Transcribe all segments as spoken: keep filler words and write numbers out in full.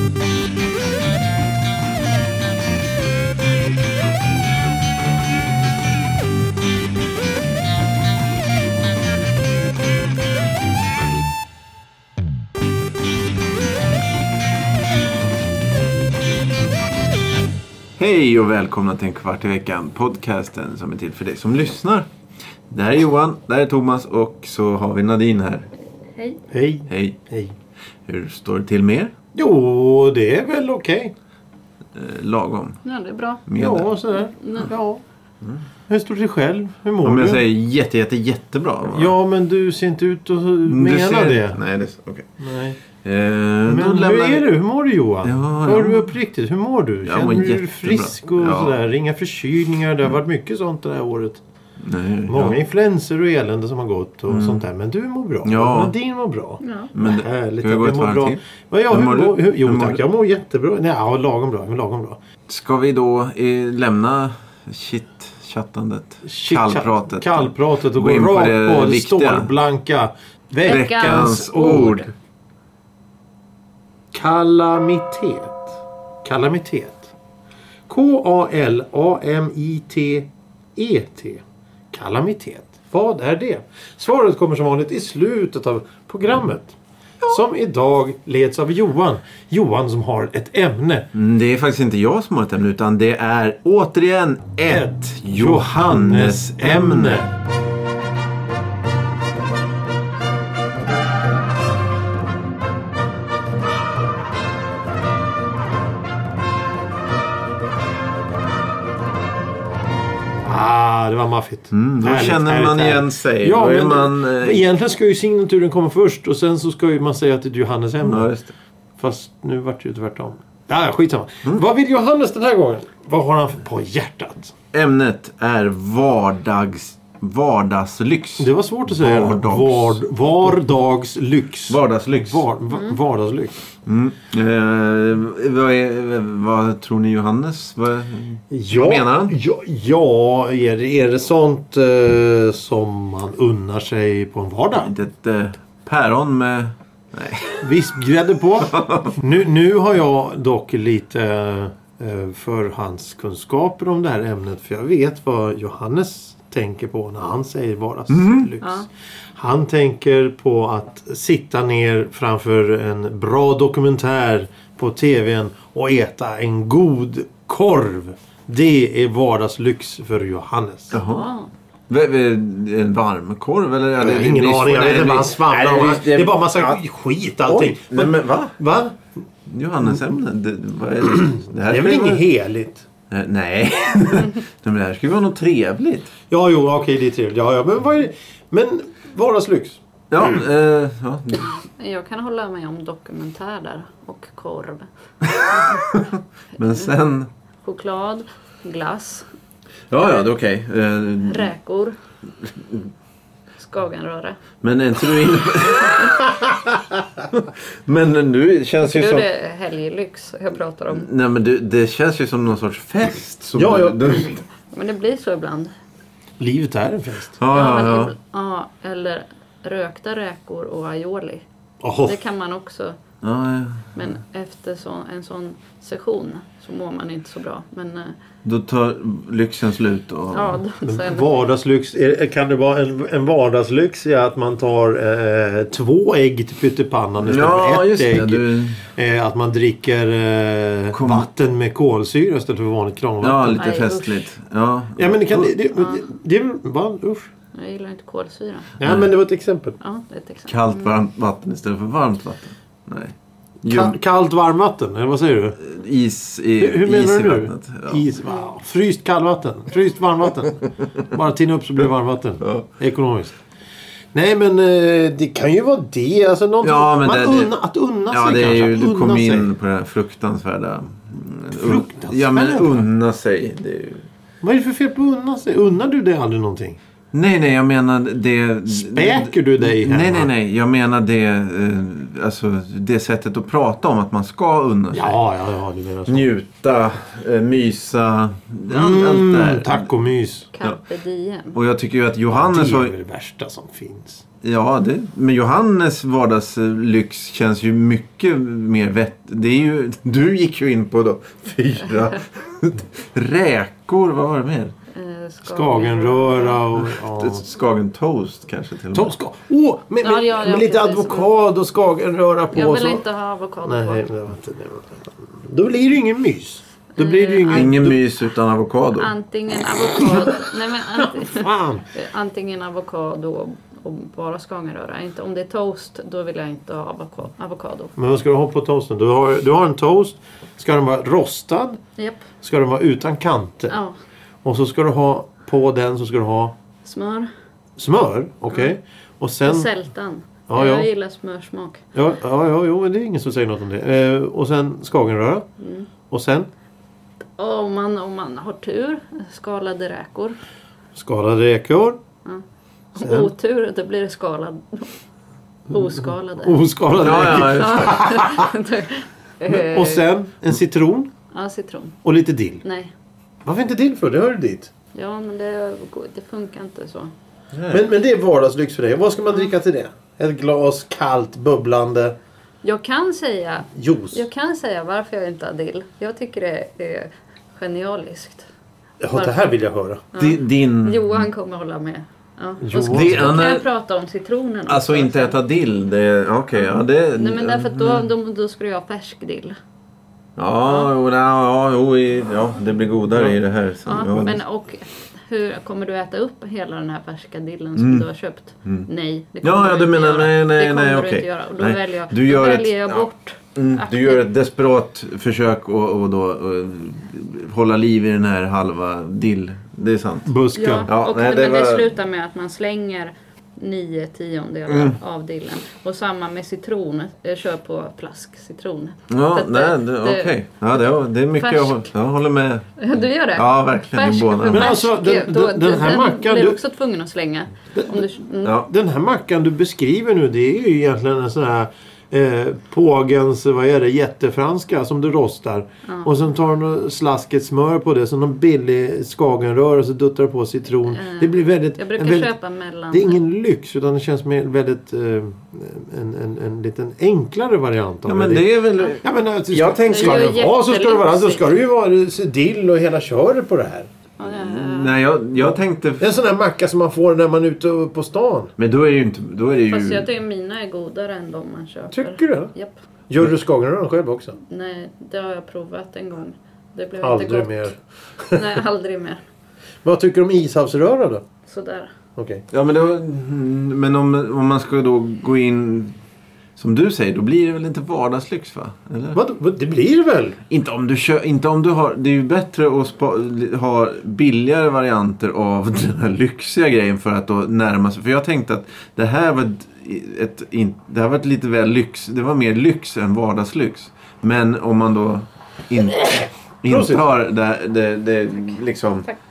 Hej och välkomna till en kvart i veckan, podcasten som är till för dig som lyssnar. Det här är Johan, det här är Thomas och så har vi Nadine här. Hej. Hej. Hej. Hej. Hur står det till med er? Jo, det är väl okej. Eh, lagom. Ja, det är bra. Med Ja, sådär. Mm. Ja. Mm. Hur står det till själv? Hur mår Om jag du? säger jätte, jätte, jättebra. Va? Ja, men du ser inte ut att Du mena ser... det. Nej, det är okej. Okay. Nej. Eh, Men då hur lämnar... är du? Hur mår du, Johan? Ja, Var ja. du uppriktigt? Hur mår du? Jag Känner mår du dig jättebra. frisk och Ja. sådär? Inga förkylningar? Det har varit mycket sånt det här året. Nej, Många ja. influenser och elände som har gått och Mm. sånt där. Men du mår bra. Ja. Nadine mår bra. Ja. Men det... Härligt. Hur Jag går ett mår varv bra. till? Ja, ja, Hur hur mår mår, du? hur, jo Hur mår tack, du? jag mår jättebra. Nej, ja, lagom bra. Men lagom bra. Ska vi då eh, lämna shit-chattandet? Shit, Kallpratet? Kallpratet och Gå gå in på rakt det på det viktiga. stålblanka. Veckans Veckans ord. Kalamitet. Kalamitet. K A L A M I T E T. Kalamitet. Vad är det? Svaret kommer som vanligt i slutet av programmet. Som idag leds av Johan. Johan som har ett ämne. Mm, det är faktiskt inte jag som har ett ämne utan det är återigen ett Johannesämne. Ah, det var maffigt. Mm, då Härligt, känner härligt, man härligt. igen sig. Ja, Då är men man, eh, egentligen ska ju signaturen komma först och sen så ska ju man säga att det är Johannes ämne. Ja, just det. Fast nu vart det ju tvärtom. Ja, skitsamma. Mm. Vad vill Johannes den här gången? Vad har han på hjärtat? Ämnet är vardags, vardagslyx. Det var svårt att säga. Vardags. Vard, vardagslyx. Vardagslyx. Var, va, vardagslyx. Mm. Eh, vad, är, vad tror ni Johannes? Vad, Ja, vad menar han? Ja, ja är, det, är det sånt eh, som man unnar sig på en vardag? Inte ett eh, päron med... Nej. Vispgrädde på. nu, nu har jag dock lite eh, förhandskunskaper om det här ämnet. För jag vet vad Johannes tänker på när han säger vardagslyx. Mm. Ja. Han tänker på att sitta ner framför en bra dokumentär på tvn och äta en god korv. Det är vardagslyx för Johannes. Jaha. Ja. V- v- En varmkorv eller? Jag har ingen aning, jag vet inte vad han svamlar om. Det är bara massa Ja. skit allting. Oj, nej, men va? Va? Johannesämne? Det, vad är det? Det, här Det är ska väl ju vara- inget heligt? Eh, Nej. Men det här ska ju vara något trevligt. Ja, jo, okej, det är trevligt. Ja, ja, men vad är det? Men vardagslyx. Ja, eh, ja. Jag kan hålla med om dokumentär där. Och korv. Men sen... Choklad. Glass. Ja, ja, det är okej. Eh, Räkor. Skagenröre. Men är inte du inne Men nu känns ju Nu är som... det helglyx jag pratar om. Nej, men du, det känns ju som någon sorts fest. Som Ja, ja. Du... Men det blir så ibland. Livet är en fest. Ja, Ja, ja, men ja. ibl- ja, eller rökta räkor och aioli. Oh, Det kan man också. Ja, ja. Men efter så, en sån session så mår man inte så bra. Men eh, Då tar lyxen slut och... ja, då, sen, vardagslyx. Är, kan det vara en, en vardagslyx i att man tar eh, två ägg till pyttipannan istället Ja, för ett just det. ägg? Du... Eh, att man dricker eh, Kom- vatten med kolsyra istället för vanligt Ja, kranvatten. lite Nej, festligt. Ja. Ja, men det kan... Det, det, Ja. det, det va? Usch. jag gillar inte kolsyra. Ja, men det var ett exempel. Ja, det är ett exempel. Kallt varmt vatten istället för varmt vatten. Nej. Jo, Ka- kallt varmvatten, eller vad säger du? is i, Hur, hur menar is i du nu? vattnet. Ja. Is, wow. Fryst kallvatten. Fryst varmvatten. Bara tina upp så blir det varmvatten. Ja. Ekonomiskt. Nej, men eh, det kan ju vara det. Alltså, någonting, Ja, men man det- unna, att unna Ja, sig det är kanske. ju, Att du unna kom sig. in på det här fruktansvärda. Mm, Fruktansvärda? Ja, men unna sig. Det är ju... Vad är det för fel på att unna sig? Unnar du dig aldrig någonting? Nej, nej, jag menar det... Späker du dig hemma? Nej, nej, nej. Jag menar det, eh, alltså, det sättet att prata om att man ska unna sig. Ja, ja, ja, du menar så. Njuta, eh, mysa, allt, Mm, allt det där. tack och mys. Carpe diem. Och jag tycker ju att Det Johannes är har... väl det värsta som finns. Ja, det, men Johannes vardagslyx känns ju mycket mer vett. Det är ju, du gick ju in på då fyra räkor, vad var det mer? Eh, Skagenröra och... Ja. Skagen toast kanske till och med. Toast, ska... Åh, med, Ja, ja, ja, med lite precis. avokado och skagenröra på. Jag vill så. inte ha avokado Nej, på. det var inte det. Då blir det ju ingen mys. Då blir det ju ingen... Ingen då... mys utan avokado. Antingen avokado. Nej, men antingen, Fan. antingen avokado och, och bara skagenröra. Inte om det är toast, då vill jag inte ha avokado. avokado. Men vad ska du ha på toasten? Du har, du har en toast. Ska den vara rostad? Japp. Ska den vara utan kanter? Ja. Och så ska du ha på den så ska du ha Smör. smör. Okej. Okay. Och sen... Och sältan. Ja, jag ja. gillar smörsmak. Ja, ja, ja, jo, men det är ingen som säger något om det. Eh, och sen skagenröra. Mm. Och sen Och om man, om man har tur, skalade räkor. skalade räkor. Sen- Otur, då blir det skalad. Oskalade. Oskalade Ja, räkor. ja, Eh, Och sen en citron. Ja, citron. Och lite dill. Nej. Varför inte dill för? Det hör du dit. Ja, men det, det funkar inte så. Men, men det är vardagslyx för dig. Vad ska man dricka till det? Ett glas kallt, bubblande Jag kan säga, juice. jag kan säga varför jag inte har dill. Jag tycker det är genialiskt. Ja, det här vill jag höra. Di- Din... Johan kommer hålla med. Ja. Johan. Och så, Det- då kan Anna- jag prata om citronen Alltså också. inte äta dill. Det, okej, ja det... Nej, men därför att då, då, då ska jag ha färsk dill. Ja, jo, ja, jo, i- ja, det blir godare i det här. Så, Ja, ja, men och hur kommer du äta upp hela den här färska dillen som du har köpt? Nej, det kommer Ja, ja, du inte menar- göra. nej, nej, det kommer nej, du okej. inte göra. Och då Nej, väljer jag, du gör då ett- väljer jag ja. bort. Mm, du gör ett desperat försök att och då, och hålla liv i den här halva dill. Det är sant. Busken. Ja, Ja, och nej, men det det, var- slutar med att man slänger nio tiondelar Mm. av dillen. Och samma med citron. Jag kör på flaskcitron. Ja, Så att nej, det- det, det- okej. Ja, det, det är mycket Färsk. jag, håller- jag håller med. Du gör det? Ja, verkligen. Färsk, I båda. Men färsk, alltså, den- då, den- den här mackan, blir du- du också tvungen att slänga. Om du, mm. Ja. Den här mackan du beskriver nu, det är ju egentligen en sån här eh, pågens, vad är det, jättefranska som du rostar. Och sen tar du något slasket smör på det, så någon billig skagenrör och så duttar du på citron. det blir väldigt... Jag brukar en väldigt köpa mellan... det är ingen lyx, utan det känns mer väldigt eh, en, en, en liten enklare variant av Ja, men det är väl... Ja, men alltså, ska, Jag tänkte- ska Det är det ju vara så ska det vara. Då jättelyxigt. ska det ju vara dill och hela köret på det här. Ja, ja, Nej, jag, jag tänkte... Det är en sån här macka som man får när man är ute på stan. Men då är det ju inte... Då är det ja. Fast ju... jag tycker mina är godare än de man köper. Tycker du? Japp. Gör du skagenrören själv också? Nej, det har jag provat en gång. Det blev Aldrig inte gott. mer. Nej, aldrig mer. Vad tycker du om ishavsröra då? Sådär. Okej. Ja, men, då, mm, men om, om man ska då gå in... Som du säger, då blir det väl inte vardagslyx, va? Eller? Vad, vad, det blir det väl? Inte om du kör, inte om du har, det är ju bättre att spa, ha billigare varianter av den här lyxiga grejen för att då närma sig. För jag tänkte att det här var ett, ett in, det här var ett lite väl lyx, det var mer lyx än vardagslyx. Men om man då in, intar det, det, det liksom... Tack.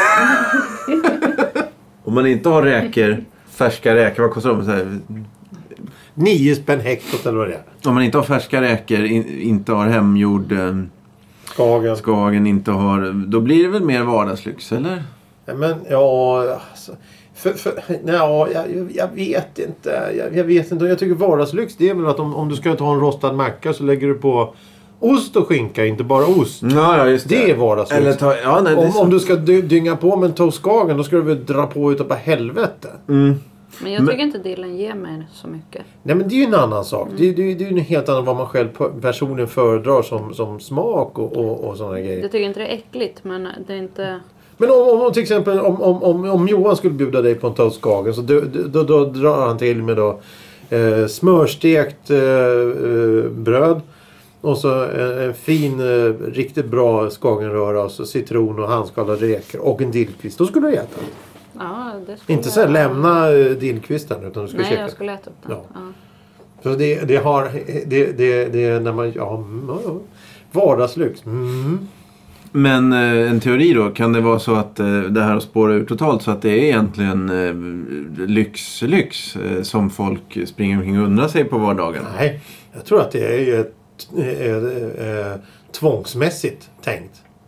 Om man inte har räkor, färska räkor, vad kostar de? Så här, Nio spänn hektot eller vad det är. om man inte har färska räkor, in, inte har hemgjord eh, Skagen. skagen, inte har... Då blir det väl mer vardagslyx, eller? Ja, men ja... Alltså, för, för, nej, ja, jag, jag vet inte. Jag, jag vet inte. Jag tycker vardagslyx, det är väl att om, om du ska ta en rostad macka så lägger du på ost och skinka, inte bara ost. Ja, ja, just det. Det är vardagslyx. Eller ta, ja, nej, det är Om, så- om du ska dy- dynga på med en toast skagen, då ska du väl dra på utav på helvete. Mm. Men jag tycker inte dillen ger mig så mycket. Nej, men det är ju en annan sak. Det, det, det är ju en helt annan vad man själv personligen föredrar som, som smak och, och, och sådana grejer. Jag tycker inte det är äckligt, men det är inte... Men om, om till exempel om, om, om, om Johan skulle bjuda dig på en toast skagen, så då, då, då drar han till med då eh, smörstekt eh, eh, bröd och så en, en fin, eh, riktigt bra skagenröra och så citron och handskalade räkor och en dillkvist. Då skulle du äta. Ja, det skulle Inte så här, jag... lämna eh, dillkvisten, utan du ska Nej, käka. jag skulle äta upp den. Ja. Ja. För det, det har det, det, det är när man ja, mm, ja vardagslyx. Mm. Men eh, en teori då, kan det vara så att eh, det här spårar ur totalt så att det är egentligen eh, lyx, lyx eh, som folk springer omkring och undrar sig på vardagen? Nej, jag tror att det är ju ett, eh, eh, tvångsmässigt tänkt.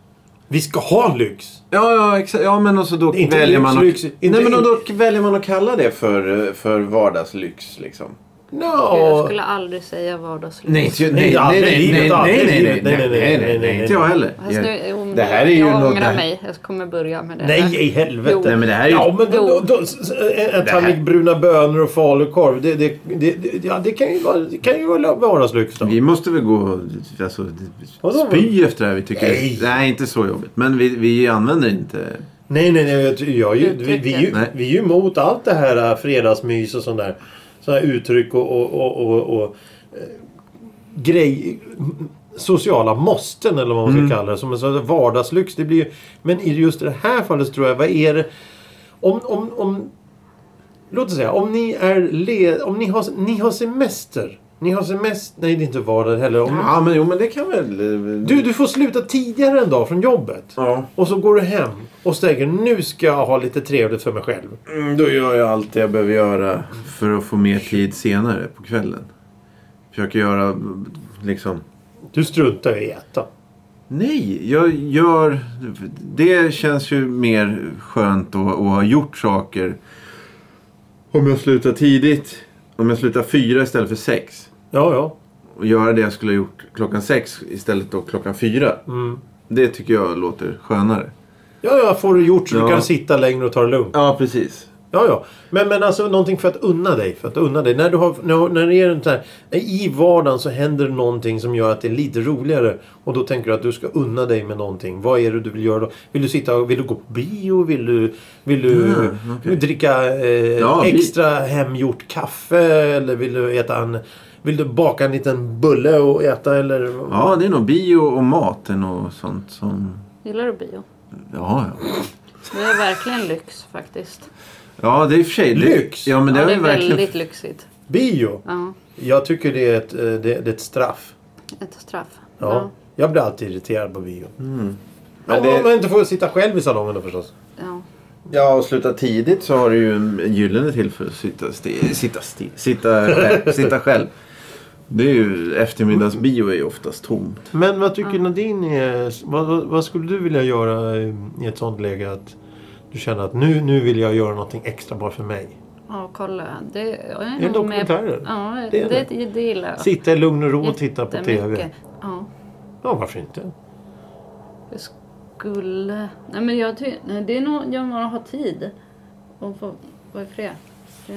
Vi ska ha lyx. Ja, ja, exakt. Ja, men och så då inte väljer lyx, man att, lyx, inte nej, men in- då väljer man att kalla det för, för vardagslyx liksom. No. Jag skulle aldrig säga vardagslyx. Nej, inte- nej, Nej, nej, nej, nej, nej, nej, nej, nej, nej, nej, nej, nej, nej, inte jag heller. Fast nu, om Det här är ju jag något- ångrar det här- mig. Jag kommer börja med det. Nej, i helvete. Jo. Nej, men det här är ju... Ja, men då, Jo. då, då, s- en Det här- tallrik bruna bönor och falukorv. Det, det, det, det, ja, det kan ju vara, det kan ju vara vardagslyx då. Vi måste väl gå alltså, Vadå? spy efter det här vi tycker. Nej. Nej, inte så jobbigt. Men vi, vi använder inte... Nej, nej, nej. Jag, jag, jag, vi, vi, är ju, Nej. vi är ju emot allt det här äh, fredagsmys och sånt där. Sådana här uttryck och, och, och, och, och eh, grej... Sociala måsten eller vad man ska Mm. kalla det. Som en sån här vardagslyx. Det blir ju, men i just det här fallet så tror jag, vad är det... Om... om, om låt oss säga, om ni är led, om ni har, ni har semester. Ni har semester... Nej, det är inte vardag heller. Om, Ja, men jo, men det kan väl... du, du får sluta tidigare en dag från jobbet. Ja. Och så går du hem och tänker, nu ska jag ha lite trevligt för mig själv. Mm, då gör jag allt det jag behöver göra för att få mer tid senare på kvällen. Försöker göra liksom... Du struntar i att äta. Nej, jag gör... Det känns ju mer skönt att, att ha gjort saker. Om jag slutar tidigt. Om jag slutar fyra istället för sex. Ja, ja. Och göra det jag skulle ha gjort klockan sex istället då klockan fyra. Mm. Det tycker jag låter skönare. Ja, ja, får du gjort så Ja. du kan sitta längre och ta det lugnt. Ja, precis. Ja, ja. Men, men alltså någonting för att unna dig. För att unna dig. När du har, när, när det är en sån här, i vardagen så händer det någonting som gör att det är lite roligare. Och då tänker du att du ska unna dig med någonting. Vad är det du vill göra då? Vill du sitta och, vill du gå på bio? Vill du, vill du Mm, okej. dricka eh, Ja, vi- extra hemgjort kaffe? Eller vill du äta en... Vill du baka en liten bulle och äta eller... Ja, det är nog bio och maten och sånt som... Gillar du bio? Ja, ja. Det är verkligen lyx faktiskt. Ja, det är i och för sig... det- Lyx? Ja, men det Ja, är det ju är verkligen... väldigt lyxigt. Bio? Ja, Jag tycker det är ett, eh, det, det är ett straff. ett straff. Ja. Jag blir alltid irriterad på bio. Mm. Men Men Om det... man inte får sitta själv i salongen då förstås. Ja. Ja, och sluta tidigt så har du ju en gyllene till för att sitta, sti- sitta, sti- sitta, själv, sitta själv. Det är ju... Eftermiddagsbio är ju oftast tomt. Men vad tycker Nadine är... Vad, vad, vad skulle du vilja göra i i ett sånt läge att du känner att nu, nu vill jag göra någonting extra bara för mig? Ja, kolla. Det, jag är Är det nog med- dokumentärer? Ja, Det det, är det, det gillar jag. Sitta i lugn och ro och titta på tv? Jättemycket. Ja, Ja, varför inte? jag skulle... Nej, men jag ty... Nej, det är nog... Jag bara har tid. Och få vara i fred. Det-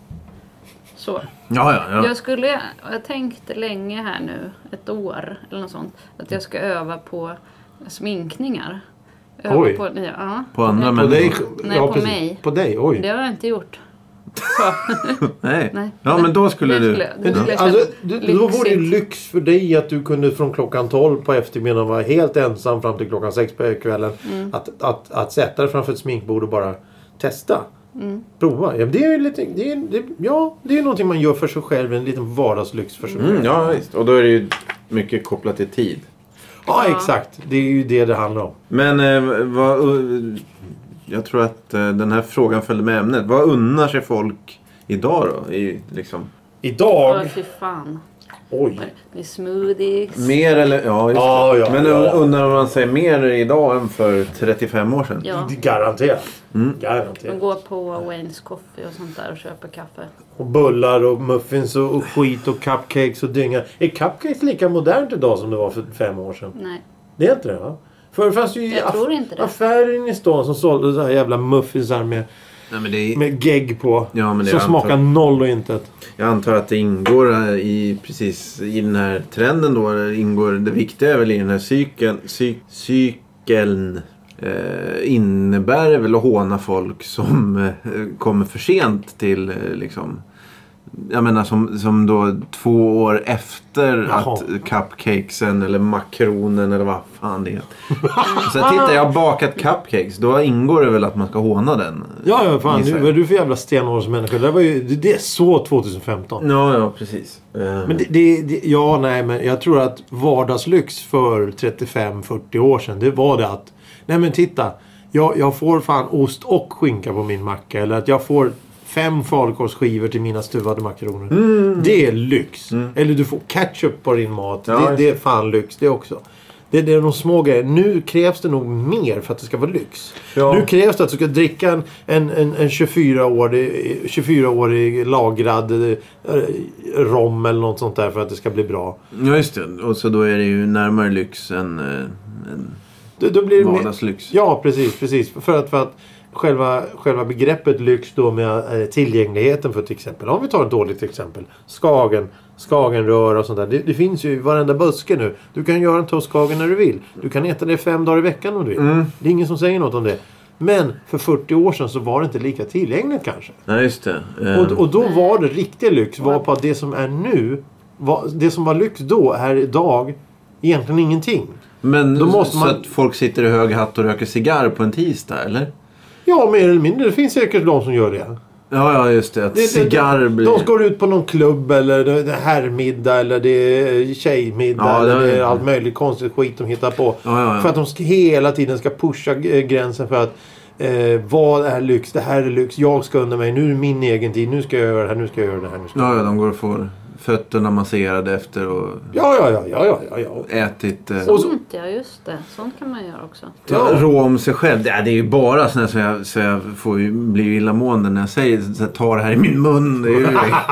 Så. Ja, ja, ja. Jag skulle... Jag har tänkt länge här nu. Ett år eller något sånt. Att jag ska öva på sminkningar. Öva Oj. På, ja, På andra På Men- dig? Nej, på mig. På dig, oj. Det har jag inte gjort. Så. Nej. Nej. Ja, men då skulle Det du... skulle- det Men, skulle jag alltså, känna du, då var det ju lyxigt. lyx för dig att du kunde från klockan tolv på eftermiddagen vara helt ensam fram till klockan sex på kvällen. Mm. Att, att, att sätta dig framför ett sminkbord och bara testa. Mm. Prova. Ja, det är ju lite, det är, det, ja, det är någonting man gör för sig själv. En liten vardagslyx för sig själv. Mm, ja, visst. Och då är det ju mycket kopplat till tid. Ja, Ja. exakt. Det är ju det det handlar om. Men eh, vad... uh, Jag tror att eh, den här frågan följde med ämnet. Vad unnar sig folk idag då? I, liksom... Idag... Åh, fy fan. Oj. Med smoothies. Mer eller... Ja, just Ja, det. ja, Men ja. undrar man sig mer idag än för trettiofem år sedan? Ja. Garanterat. Mm. De Garanterat. går på Wayne's Coffee och sånt där och köper kaffe. Och bullar och muffins och, och skit och cupcakes och dynga. Är cupcakes lika modernt idag som det var för fem år sedan? Nej. Det är inte det, va? För det fanns ju Jag aff- tror inte det. affärer i stan som sålde så här jävla muffinsar med, Nej, men det är... med gegg på. Ja, men det som jag smakar antar- noll och intet. Jag antar att det ingår eh, i precis i den här trenden då. Det ingår, det viktiga är väl i den här cykeln. Cy, cykeln eh, innebär väl att håna folk som eh, kommer för sent till eh, liksom... Jag menar som, som då två år efter Jaha. att cupcakesen eller makronen eller vad fan det är. Så tittar jag bakat cupcakes, då ingår det väl att man ska håna den. Ja, ja, fan. gissar Nu, jag. vad är du för jävla stenårsmänniska? Det, där var ju, det, det är så tjugohundrafemton. Ja, ja, precis. Eh, Men det, det, det, ja, nej, men jag tror att vardagslyx för trettiofem fyrtio år sedan, det var det att, nej men titta, jag, jag får fan ost och skinka på min macka. Eller att jag får fem falukorvsskivor till mina stuvade makaroner. Mm. Det är lyx. Eller du får ketchup på din mat. Ja, det, just det är fan lyx det också. Det, det är de små grejer. Nu krävs det nog mer för att det ska vara lyx. Ja. Nu krävs det att du ska dricka en, en, en, en tjugofyra-årig, tjugofyra-årig lagrad eh, rom eller något sånt där för att det ska bli bra. Ja, just det. Och så då är det ju närmare lyx än eh, en Då, då blir det vardagslyx. Ja, precis, precis. För att, för att själva, själva begreppet lyx då med eh, tillgängligheten för till exempel. Om vi tar ett dåligt exempel. Skagen, Skagenrör och sånt där. Det, det finns ju i varenda buske nu. Du kan göra en toastskagen när du vill. Du kan äta det fem dagar i veckan om du vill. Mm. Det är ingen som säger något om det. Men för fyrtio år sedan så var det inte lika tillgängligt kanske. Nej, just det. Um... Och, och då var det riktig lyx. Var på att det som är nu, var, det som var lyx då är idag egentligen ingenting. Men då måste man... så att folk sitter i hög hatt och röker cigarr på en tisdag, eller? Ja, mer eller mindre. Det finns säkert de som gör det. Ja, ja, just det. Att det, cigarr det, blir... De går ut på någon klubb eller det är herrmiddag eller det är tjejmiddag ja, det är... eller det är allt möjligt konstigt skit de hittar på. Ja, ja, ja. För att de ska, hela tiden ska pusha gränsen för att eh, vad är lyx? Det här är lyx. Jag ska under mig. Nu är det min egen tid. Nu ska jag göra det här. Nu ska jag göra det här. Nu ska ja, jag ja, de går och får fötterna masserade efter och ja, ja, ja, ja, ja, ja. ätit... Eh... Sånt, ja, just det. Sånt kan man göra också. Ja. Rå om sig själv. Ja, det är ju bara sådär så jag, så jag får ju bli illamående när jag säger så jag tar det här i min mun. Det är ju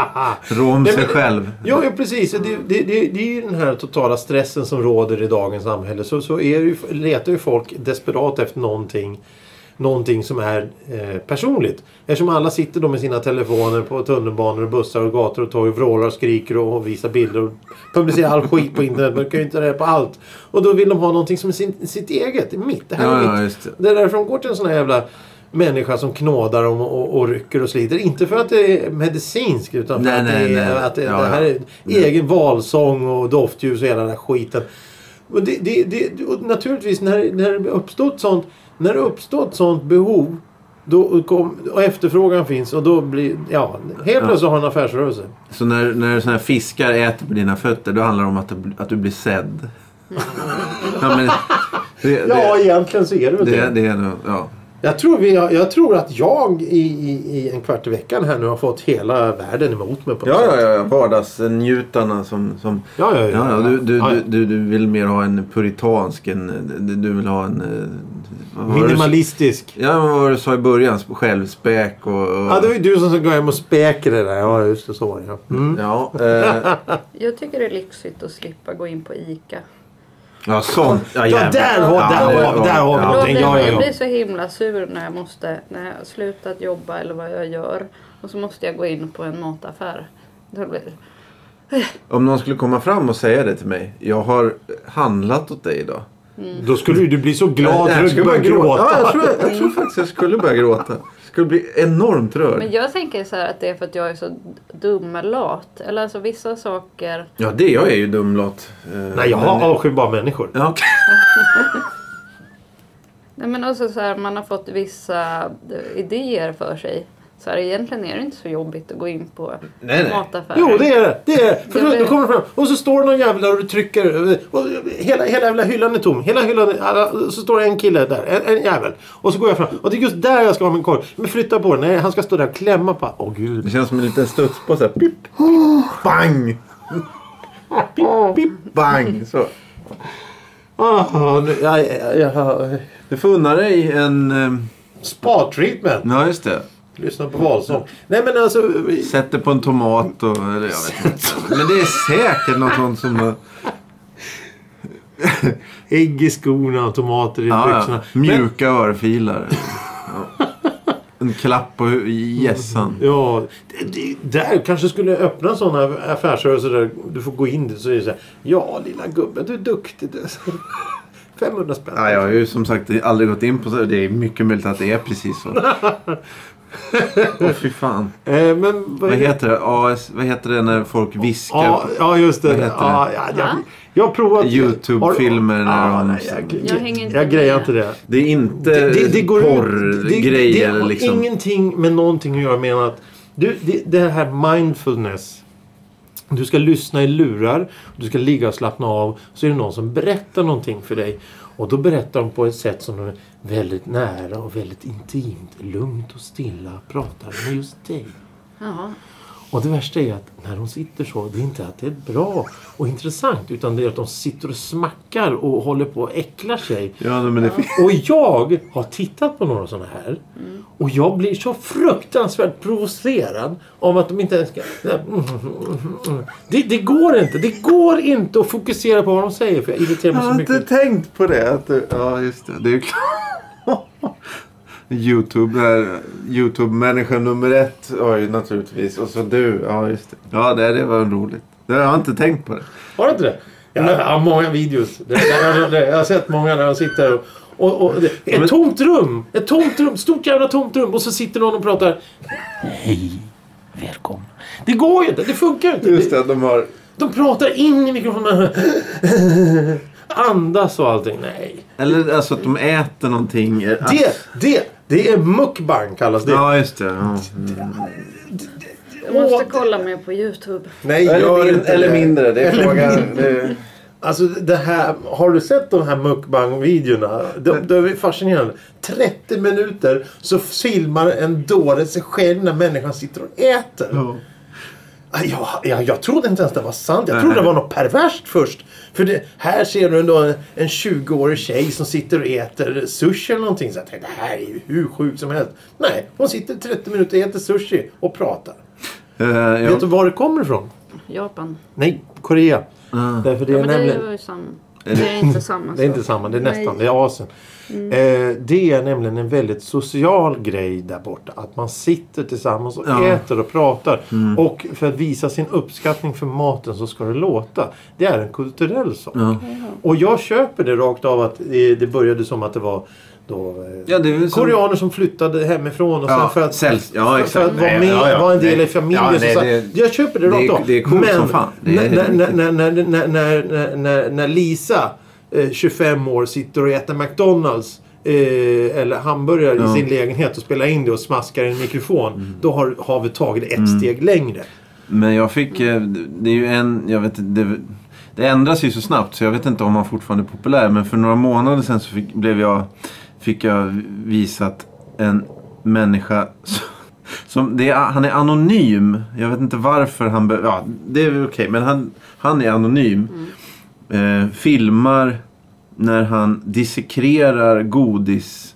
rå om sig själv. Ja, ja, precis. Det, det, det, det är ju den här totala stressen som råder i dagens samhälle. Så, så är ju, letar ju folk desperat efter någonting. Någonting som är eh, personligt. Eftersom alla sitter då med sina telefoner på tunnelbanor och bussar och gator och torg och vrålar och skriker och visar bilder och publicerar all skit på internet. Man kan ju inte det på allt. Och då vill de ha någonting som är sin, sitt eget. Mitt. Det här ja, är ja, mitt. just det. Det är därför de går till en sån här jävla människa som knådar och, och, och rycker och sliter. Inte för att det är medicinskt utan för nej, att, nej, det, är, nej. att det, ja, det här är ja. egen valsång och doftljus och hela den här skiten. Och det, det, det, och naturligtvis när, när det uppstått sånt När det uppstått sånt behov då kom, och efterfrågan finns och då blir, ja, helt plötsligt ja. har en affärsrörelse. Så när, när såna här fiskar äter på dina fötter då handlar det om att, att du blir sedd. ja, men det, det, ja, egentligen så är det väl det. det, det är nog, ja. Jag tror, vi har, jag tror att jag i, i, i en kvart i veckan här nu har fått hela världen emot mig på något ja, sätt. ja, ja, vardagsnjutarna som... som ja, ja, ja. ja, ja, du, du, ja, ja. Du, du, du vill mer ha en puritansk, en, du vill ha en... Minimalistisk. Du, ja, men vad var det du sa i början? Självspäk och... och... Ja, det var ju du som går hem och späker det där. Ja, just det, så var det. Ja. Mm. Ja, eh... Jag tycker det är lyxigt att slippa gå in på ICA. Ja, sånt. Ja, ja, där har, ja, där ja, har, där har vi ja. någonting. Då blir, Ja, ja, ja. Jag blir så himla sur när jag måste, när jag har slutat jobba eller vad jag gör. Och så måste jag gå in på en mataffär. Då blir det... Om någon skulle komma fram och säga det till mig. Jag har handlat åt dig idag. Mm. Då skulle du bli så glad att du börja gråta. gråta. Ja, jag tror, jag tror faktiskt jag skulle börja gråta. Jag skulle bli enormt rörd. Men jag tänker så här att det är för att jag är så dumlat. Eller alltså vissa saker... Ja, det jag är ju dumlat. Eh, Nej, jag har avskyr bara människor. Ja, okay. Nej, men också så här, man har fått vissa idéer för sig. Så här, egentligen är det inte så jobbigt att gå in på nej, nej. mataffärer. Jo, det är det. Det är det. För det då, blir... då kommer det fram. Och så står det någon jävla och du trycker. Och hela, hela jävla hyllan är tom. Hela hyllan är, så står det en kille där. En, en jävel. Och så går jag fram. Och det är just där jag ska ha min korv. Men flytta på den. Nej, han ska stå där och klämma på. Åh, gud. Det känns som en liten studs på så här. Pip. Bang. Pip, pip, bang. Så. Ah, nu, jag, jag, jag, du får unna dig en... Um... spa-treatment. Ja, just det. Lyssna på valsång. Nej, men alltså... Sätter på en tomat och... Eller jag vet inte. Men det är säkert något sånt som... Ägg i skorna, tomater i ja, byxorna. Ja. Mjuka men... örfilar. Ja. En klapp på gässan. Ja, det, det, där kanske skulle öppna en sån här affärsrörelse där du får gå in och så är det så här, ja, lilla gubben, du är duktig. femhundra spänn. Ja, jag har ju som sagt aldrig gått in på så. Det är mycket möjligt att det är precis så. Åh, fy fan. Eh, men vad, vad heter det? A S, vad heter det när folk viskar? Ja, ja just det. Ja, ja, jag, jag har provat YouTube-filmer när ja, de... Nej, jag, jag, hänger inte jag grejer inte det. Det är inte det, det, det går porrgrejer. Det, det, det har liksom. ingenting med någonting att göra med att du, det, det här mindfulness. Du ska lyssna i lurar. Du ska ligga och slappna av. Så är det någon som berättar någonting för dig. Och då berättar de på ett sätt som är väldigt nära och väldigt intimt. Lugnt och stilla pratar med just dig. Jaha. Och det värsta är att när de sitter så, det är inte att det är bra och intressant, utan det är att de sitter och smackar och håller på och äcklar sig. Ja, men det... Och jag har tittat på några sådana här mm. och jag blir så fruktansvärt provocerad av att de inte ens ska... Det, det går inte. Det går inte att fokusera på vad de säger, för jag irriterar mig så mycket. Jag har inte tänkt på det. Att det... Ja, just det. Det är ju klart. YouTube är YouTube-människan nummer ett. Oj, naturligtvis. Och så du. Ja, just det. Ja, det, det var roligt. Jag har inte tänkt på det. Har du inte det? Jag har ja, många videos. Det, det, det, jag har sett många när de sitter och... och, och det, ett tomt rum. Ett tomt rum. Stort jävla tomt rum. Och så sitter någon och pratar. Hej. Välkommen. Det går ju inte. Det funkar inte. Just det, de har... De pratar in i mikrofonen. Andas och allting. Nej. Eller alltså att de äter någonting. Det, det, det är mukbang kallas det. Ja, just det. Ja. Mm. Jag måste kolla mer på YouTube. Nej, eller, min, eller mindre. Det är frågan. Det... Alltså det här, har du sett de här mukbang-videorna? De, de är fascinerande. trettio minuter så filmar en dåre sig själv när människan sitter och äter. Ja. Jag, jag, jag trodde inte ens det var sant. Jag trodde det var något perverst först. För det, här ser du ändå en, en tjugo-årig tjej som sitter och äter sushi eller någonting. Så jag tänkte, det här är ju hur sjukt som helst. Nej, hon sitter trettio minuter och äter sushi och pratar. Uh, jag... Vet du var det kommer ifrån? Japan. Nej, Korea. Uh. Därför det är ja, men nämligen... det är ju samma. Det är inte samma. Det är inte samma, det är nästan. Nej. Det är Asien. Mm. Eh, det är nämligen en väldigt social grej där borta. Att man sitter tillsammans och ja. äter och pratar. Mm. Och för att visa sin uppskattning för maten så ska det låta. Det är en kulturell sak. Ja. Och jag köper det rakt av att det, det började som att det var då, ja, det är som... koreaner som flyttade hemifrån och ja, sen för att, säls, ja, för, för att vara, med, ja, ja. vara en del i familjen. Ja, det, så det, så, jag köper det rakt det, av. Det är coolt men som fan. Det när, är när, när, när, när, när, när, när Lisa eh, tjugofem år sitter och äter McDonalds eh, eller hamburgare ja. i sin lägenhet och spelar in det och smaskar i en mikrofon, mm. då har, har vi tagit ett mm. steg längre. Men jag fick, det är ju en, jag vet det, det ändras ju så snabbt så jag vet inte om han fortfarande är populär, men för några månader sedan så fick, blev jag fick jag visat en människa som, som det är, han är anonym. Jag vet inte varför han be, ja, det är okej, okay, men han, han är anonym. Mm. Eh, filmar när han dissekrerar godis,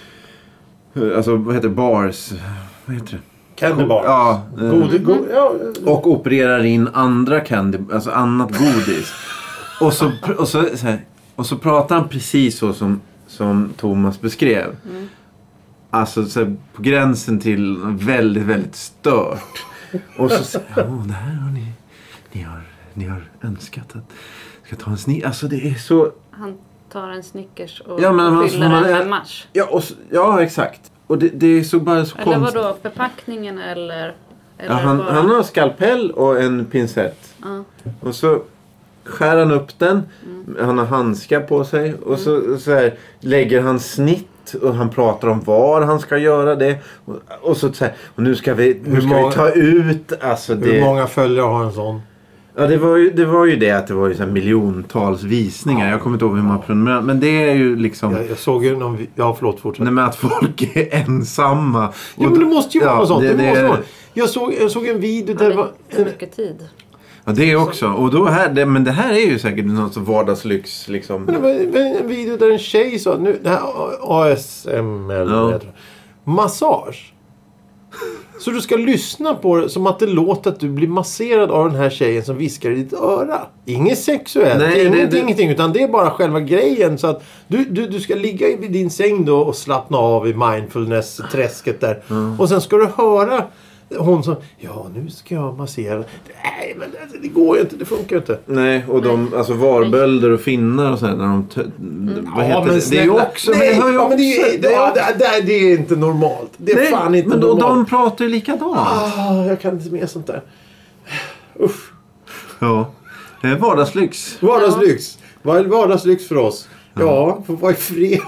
alltså vad heter bars, vad heter det? Candy bars. Ja, eh, god, god, ja. Och opererar in andra candy, alltså annat godis. och så och så, så här, och så pratar han precis så som som Thomas beskrev. Mm. Alltså så här, på gränsen till väldigt väldigt stört. Och så säger åh, det här har ni ni har ni har önskat att ska ta en snick, alltså det är så han tar en Snickers och ja, men fyller man, den man, med mash. Ja, och så, ja, exakt. Och det, det är så bara så eller konstigt. Eller vadå, förpackningen eller, eller ja, han, bara... han har en skalpell och en pincett. Uh. Och så skär han upp den. Mm. Han har handskar på sig. Och mm. så, så här, lägger han snitt. Och han pratar om var han ska göra det. Och, och så, så här, och nu ska vi, nu ska många, vi ta ut. Alltså det, hur många följare har en sån? Ja, det var ju det, var ju det att det var ju så här miljontals visningar. Ja. Jag kommer inte ihåg hur man prenumererar. Men det är ju liksom... Jag, jag såg ju någon... Ja, förlåt, fortsätt. Nej, men att folk är ensamma. Jo, men det måste ju vara ja, sånt. Det, det det, måste vara. Jag såg, jag såg en video där... Ja, det var en... mycket tid. Ja, det är också. Och då här, det, men det här är ju säkert något så vardagslyx liksom. Men det var en video där en tjej sa nu det här A S M L ja. heter det. Massage. Så du ska lyssna på det som att det låter att du blir masserad av den här tjejen som viskar i ditt öra. Inget sexuellt, nej, ingenting, det, det... ingenting, utan det är bara själva grejen. Så att du, du, du ska ligga i din säng då och slappna av i mindfulness-träsket där. Mm. Och sen ska du höra hon som, ja nu ska jag massera. Nej, men det, det går ju inte, det funkar inte. Nej, och de, alltså varbölder och finnar och sådär när de, t- mm. vad heter ja, det? Det är ju också, nej, men det hör ju ja, också. Men det, är, det, ja, det, det, det är inte normalt. Det är nej, fan inte men normalt. Men de pratar ju likadant. Ah, jag kan inte med sånt där. Uff. Ja, det är vardagslyx. Vardagslyx. Vad är vardagslyx för oss? Ja, ja för vad är fred?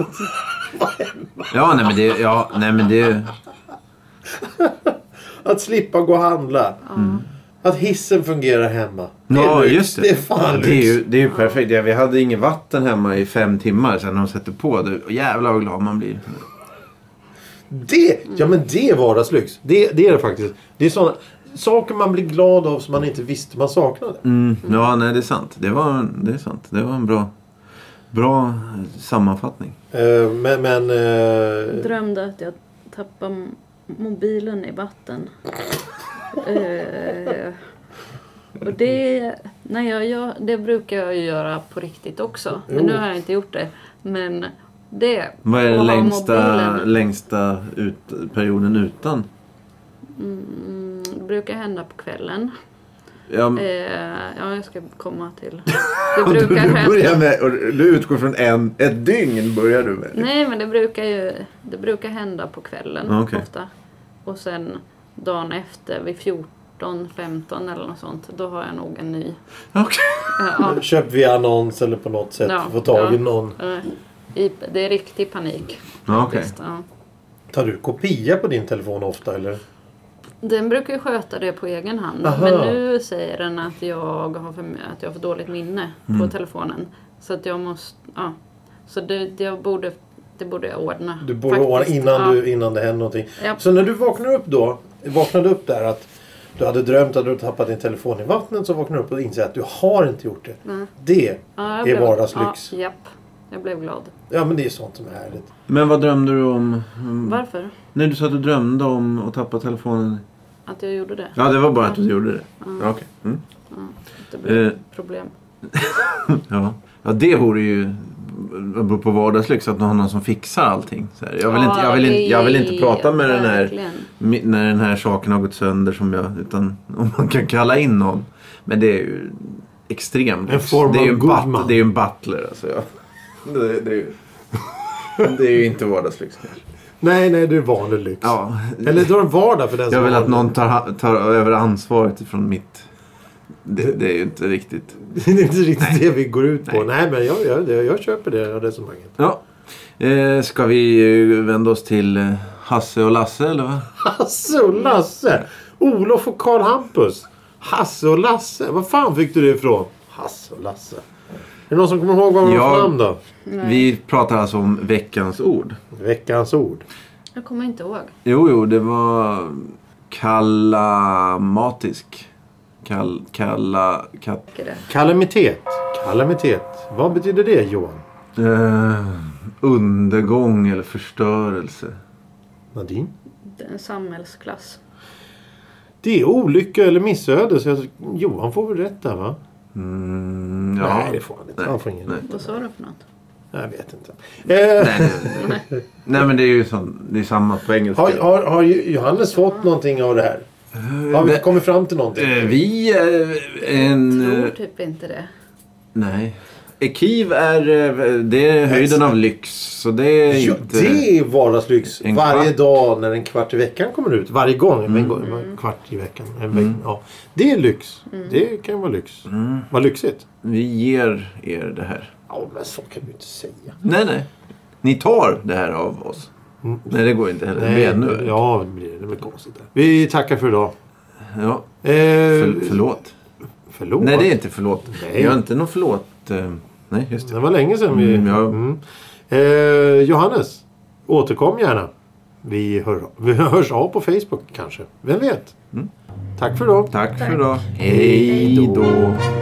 ja, nej men det, ja, nej men det... Att slippa gå och handla. Mm. Att hissen fungerar hemma. Det ja, just det. Det är fan det är ju, det är ju perfekt. Ja, vi hade ingen vatten hemma i fem timmar sedan de sätter på det. Och jävlar vad glad man blir. Det, ja men det är vardagslyx. Det, det är det faktiskt. Det är såna, saker man blir glad av som man inte visste man saknade. Mm. Ja, nej det är sant. Det var, det är sant. Det var en bra, bra sammanfattning. Uh, men... men uh... Drömde att jag tappade mobilen i vatten. uh, och det, nej, jag, jag, det brukar jag ju göra på riktigt också. Men Jo. nu har jag inte gjort det. Men det... Vad är att den ha längsta, mobilen- längsta ut, perioden utan? Mm, det brukar hända på kvällen. Ja, Eh, ja, jag ska komma till. Det du, brukar du, hända. börjar med, och du utgår från en, ett dygn börjar du med. Nej, men det brukar ju det brukar hända på kvällen Ah, okej. ofta. Och sen dagen efter vid fjorton femton eller något sånt, då har jag nog en ny. Okej. Eh, ja, Köp via annons eller på något sätt. Ja, Få tag i ja. någon. eh, i, det är riktig panik. Ja, okej. faktiskt, ja. Tar du kopia på din telefon ofta eller? Den brukar ju sköta det på egen hand. Aha. Men nu säger den att jag har för, att jag har för dåligt minne Mm. på telefonen. Så att jag måste, ja. Så det, det, jag borde, det borde jag ordna. Du borde ordna faktiskt. innan, ja. du, innan det händer någonting. Ja. Så när du vaknar upp då, vaknade upp där att du hade drömt att du hade tappat din telefon i vattnet, så vaknar du upp och inser att du har inte gjort det. Nej. Det Ja, jag är blev- vardagslyx. Ja, japp. Jag blev glad. Ja, men det är sånt som är härligt. Men vad drömde du om? Mm. Varför? Nej, du sa att du drömde om att tappa telefonen. Att jag gjorde det? Ja, det var bara att du gjorde det. Ja. Ja, okej. Mm. Ja, det blev Eh. problem. Ja. Ja, det vore ju på vardagslyx att någon som fixar allting. Så här. Jag, vill Ja, inte, jag, vill det inte, jag vill inte är prata med den här verkligen. mi- när den här saken har gått sönder som jag, utan om man kan kalla in någon. Men det är ju extremt. En form det är ju av en, god bat- man. det är ju en butler alltså. Ja. Det, det, är ju, det är ju inte vardagslyx kanske. Nej, nej, det är vanlig lyx. Ja. Eller det är en vardag för den Jag som vill har att någon tar, ha- tar över ansvaret ifrån mitt. Det, det är ju inte riktigt. det är inte riktigt det vi går ut på. Nej. Nej, men jag, jag, jag, jag köper det resonemanget. Ja. Eh, ska vi eh, vända oss till eh, Hasse och Lasse eller vad? Hasse och Lasse. Olof och Karl Hampus. Hasse och Lasse. Vad fan fick du det ifrån? Hasse och Lasse. Är det någon som kommer ihåg vad de var Ja. för namn då? Vi pratar alltså om veckans ord. Veckans ord. Jag kommer inte ihåg. Jo, jo, det var kalamatisk. Kall, kalla, kat, Tycker det. Kalamitet. Kalamitet. Vad betyder det, Johan? eh, undergång eller förstörelse. Nadine? Det är en samhällsklass. Det är olycka eller missöde. Så jag, Johan får väl rätt där, va? Mm, ja. Nej, det får han inte. Nej, Han får ingen nej. Vad sa du för något? Jag vet inte. Eh, Nej, nej, nej. Nej, men det är ju sån, det är samma på engelska. har, har, har Johannes fått någonting av det här? Har vi det- kommit fram till någonting? Eh, vi är en... Tror eh, typ inte det. Nej. Ekiv är, eh, det är höjden av lyx. Så det är Jo, inte... det är vardagslyx. En Varje kvart. dag när en kvart i veckan kommer ut. Varje gång. En gång en kvart i veckan. En veck, ja. Det är lyx. Det kan vara lyx. Mm. Vad lyxigt. Vi ger er det här. Ja, men så kan du inte säga. Nej, nej. Ni tar det här av oss. Mm. Nej, det går inte heller. Nej, Nej, ännu. ja, det blir det blir konstigt. Där. Vi tackar för idag. Ja. Eh, För, förlåt. Förlåt. Nej, det är inte förlåt. Nej. Jag har inte någon förlåt. eh, Nej, just Det det. var länge sedan vi... Mm, ja. Mm. Eh, Johannes, återkom gärna. Vi, hör, vi hörs av på Facebook kanske. Vem vet? Mm. Tack för idag. Tack, Tack. för idag. Hej Hej då.